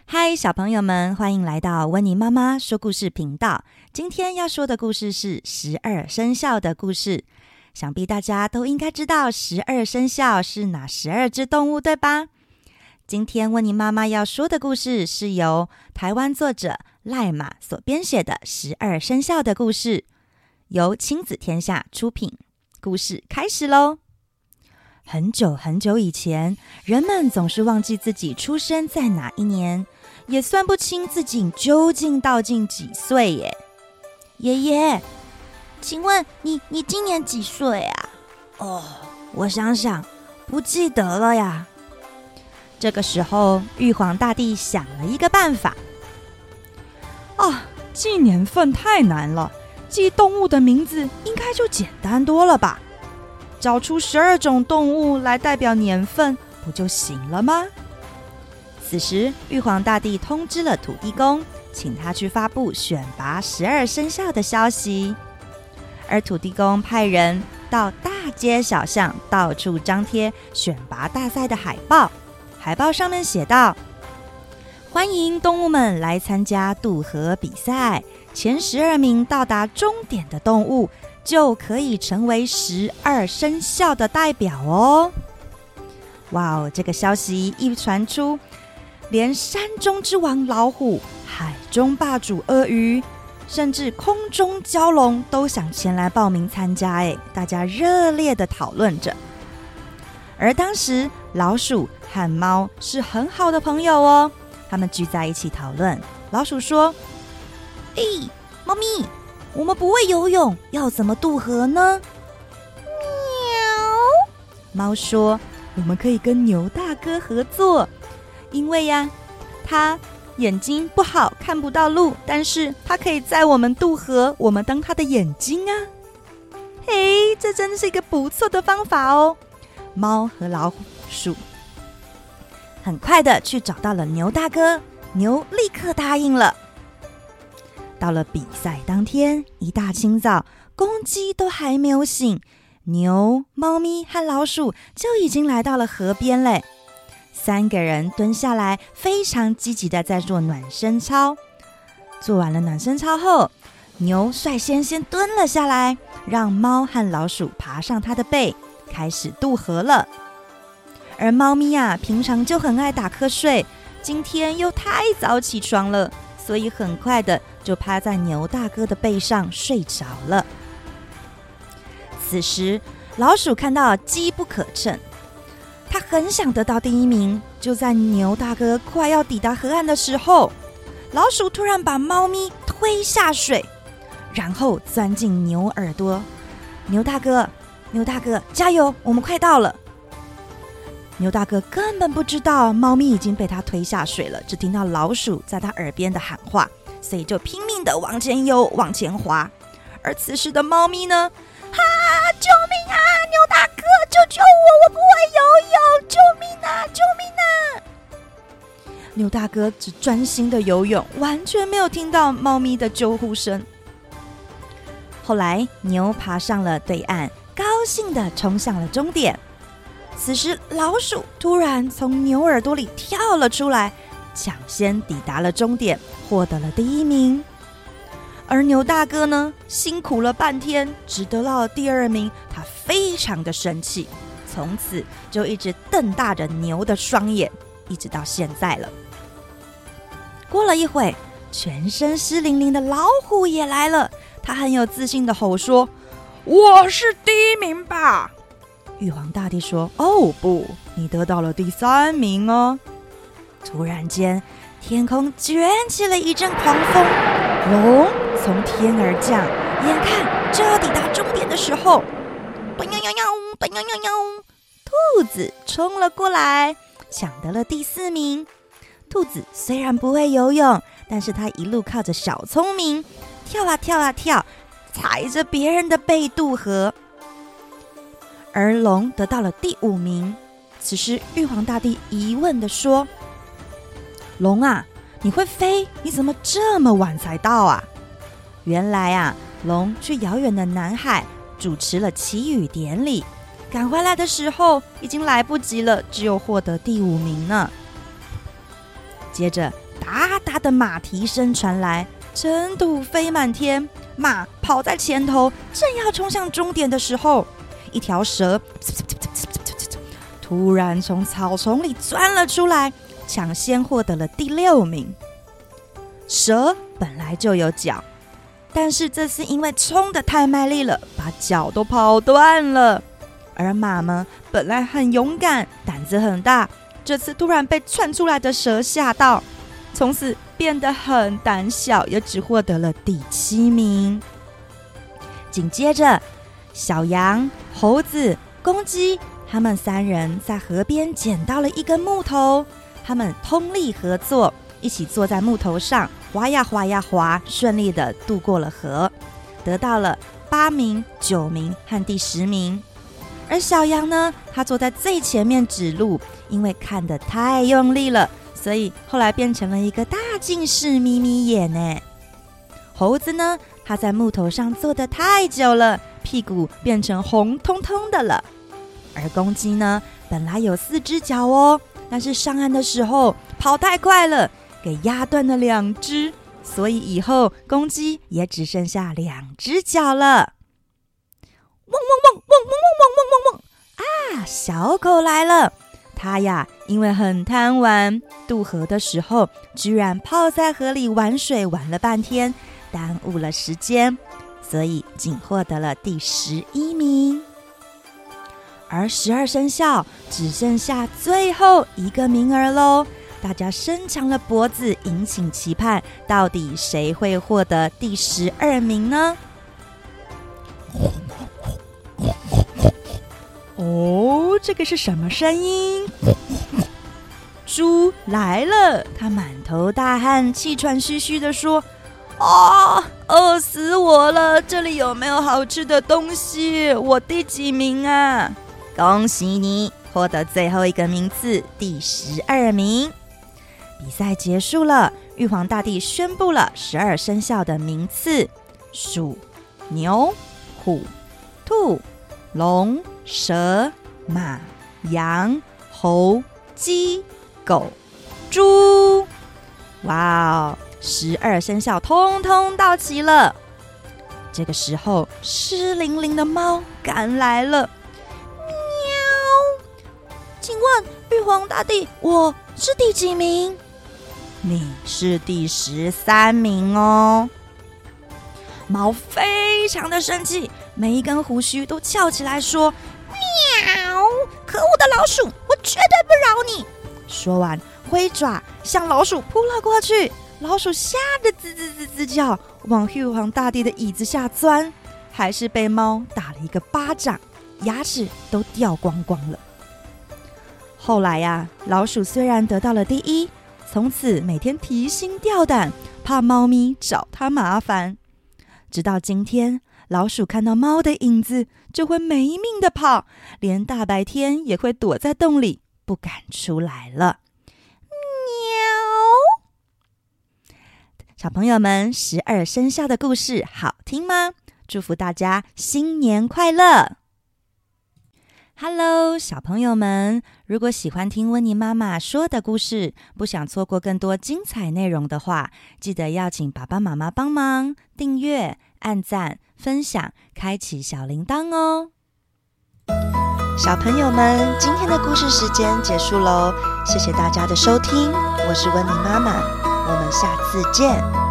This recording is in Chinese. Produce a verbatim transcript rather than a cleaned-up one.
嗨，小朋友们，欢迎来到温妮妈妈说故事频道。今天要说的故事是十二生肖的故事。想必大家都应该知道十二生肖是哪十二只动物，对吧？今天温妮妈妈要说的故事是由台湾作者赖马所编写的十二生肖的故事，由亲子天下出品。故事开始咯。很久很久以前，人们总是忘记自己出生在哪一年，也算不清自己究竟到近几岁耶。爷爷，请问你你今年几岁啊？哦，我想想，不记得了呀。这个时候，玉皇大帝想了一个办法。 啊，记年份太难了，记动物的名字应该就简单多了吧？找出十二种动物来代表年份，不就行了吗？ 此时，玉皇大帝通知了土地公，请他去发布选拔十二生肖的消息。而土地公派人到大街小巷到处张贴选拔大赛的海报，海报上面写道：欢迎动物们来参加渡河比赛，前十二名到达终点的动物就可以成为十二生肖的代表哦。哇哦，这个消息一传出，连山中之王老虎、海中霸主鳄鱼，甚至空中蛟龙都想前来报名参加，哎，大家热烈的讨论着。而当时老鼠和猫是很好的朋友哦，他们聚在一起讨论。老鼠说：哎，猫咪，我们不会游泳，要怎么渡河呢？喵。猫说：我们可以跟牛大哥合作，因为呀，他眼睛不好，看不到路，但是他可以载我们渡河，我们当他的眼睛啊。嘿，这真是一个不错的方法哦。猫和老鼠很快的去找到了牛大哥，牛立刻答应了。到了比赛当天，一大清早，公鸡都还没有醒，牛、猫咪和老鼠就已经来到了河边嘞。三个人蹲下来，非常积极的在做暖身操。做完了暖身操后，牛率先先蹲了下来，让猫和老鼠爬上它的背，开始渡河了。而猫咪啊，平常就很爱打瞌睡，今天又太早起床了，所以很快的就趴在牛大哥的背上睡着了。此时，老鼠看到机不可乘，他很想得到第一名。就在牛大哥快要抵达河岸的时候，老鼠突然把猫咪推下水，然后钻进牛耳朵。牛大哥，牛大哥，加油，我们快到了。牛大哥根本不知道猫咪已经被他推下水了，只听到老鼠在他耳边的喊话，所以就拼命的往前游，往前滑。而此时的猫咪呢，啊，救命啊，牛大哥，救救我，我不会游泳，救命啊，救命啊。牛大哥只专心的游泳，完全没有听到猫咪的救护声。后来牛爬上了对岸，高兴的冲向了终点。此时老鼠突然从牛耳朵里跳了出来，抢先抵达了终点，获得了第一名。而牛大哥呢，辛苦了半天，只得到了第二名，他非常的生气，从此就一直瞪大着牛的双眼，一直到现在了。过了一会，全身湿淋淋的老虎也来了，他很有自信的吼说：我是第一名吧。玉皇大帝说：哦不，你得到了第三名哦。突然间，天空卷起了一阵狂风，龙从天而降，眼看就要抵达终点的时候，咚呀呀呀，咚呀呀呀，兔子冲了过来，抢得了第四名。兔子虽然不会游泳，但是它一路靠着小聪明，跳啊跳啊跳，踩着别人的背渡河。而龙得到了第五名。此时玉皇大帝疑问地说：龙啊，你会飞，你怎么这么晚才到啊？原来啊，龙去遥远的南海主持了祈雨典礼，赶回来的时候已经来不及了，只有获得第五名呢。接着打的马蹄声传来，尘土飞满天，马跑在前头，正要冲向终点的时候，一条蛇突然从草丛里钻了出来，抢先获得了第六名。蛇本来就有脚，但是这次因为冲得太卖力了，把脚都跑断了。而马呢，本来很勇敢，胆子很大，这次突然被窜出来的蛇吓到，从此变得很胆小，也只获得了第七名。紧接着，小羊、猴子、公鸡，他们三人在河边捡到了一根木头，他们通力合作，一起坐在木头上，滑呀滑呀滑，顺利的渡过了河，得到了八名、九名和第十名。而小羊呢，他坐在最前面指路，因为看得太用力了，所以后来变成了一个大近视眯眯眼呢。猴子呢，他在木头上坐得太久了，屁股变成红彤彤的了。而公鸡呢，本来有四只脚哦，但是上岸的时候跑太快了，给压断了两只，所以以后公鸡也只剩下两只脚了。嗡嗡嗡嗡嗡嗡嗡嗡嗡啊！小狗来了，它呀，因为很贪玩，渡河的时候居然泡在河里玩水玩了半天，耽误了时间，所以仅获得了第十一名。而十二生肖只剩下最后一个名额喽，大家伸长了脖子，引颈期盼，到底谁会获得第十二名呢？ 哦，这个是什么声音？猪来了， 他满头大汗，气喘吁吁地说：“哦，饿死我了！这里有没有好吃的东西？我第几名啊？”恭喜你获得最后一个名次，第十二名。比赛结束了，玉皇大帝宣布了十二生肖的名次：鼠、牛、虎、兔、龙、蛇、马、羊、猴、鸡、狗、猪。哇哦，十二生肖通通到齐了。这个时候，湿淋淋的猫赶来了。请问玉皇大帝，我是第几名？你是第十三名哦。猫非常的生气，每一根胡须都翘起来说：“喵！可恶的老鼠，我绝对不饶你！”说完，挥爪向老鼠扑了过去。老鼠吓得吱吱吱吱叫，往玉皇大帝的椅子下钻，还是被猫打了一个巴掌，牙齿都掉光光了。后来呀、啊，老鼠虽然得到了第一，从此每天提心吊胆，怕猫咪找它麻烦。直到今天，老鼠看到猫的影子就会没命的跑，连大白天也会躲在洞里不敢出来了。喵！小朋友们，十二生肖的故事好听吗？祝福大家新年快乐！Hello， 小朋友们，如果喜欢听温妮妈妈说的故事，不想错过更多精彩内容的话，记得要请爸爸妈妈帮忙订阅、按赞、分享、开启小铃铛哦。 小朋友们，今天的故事时间结束喽，谢谢大家的收听，我是温妮妈妈，我们下次见。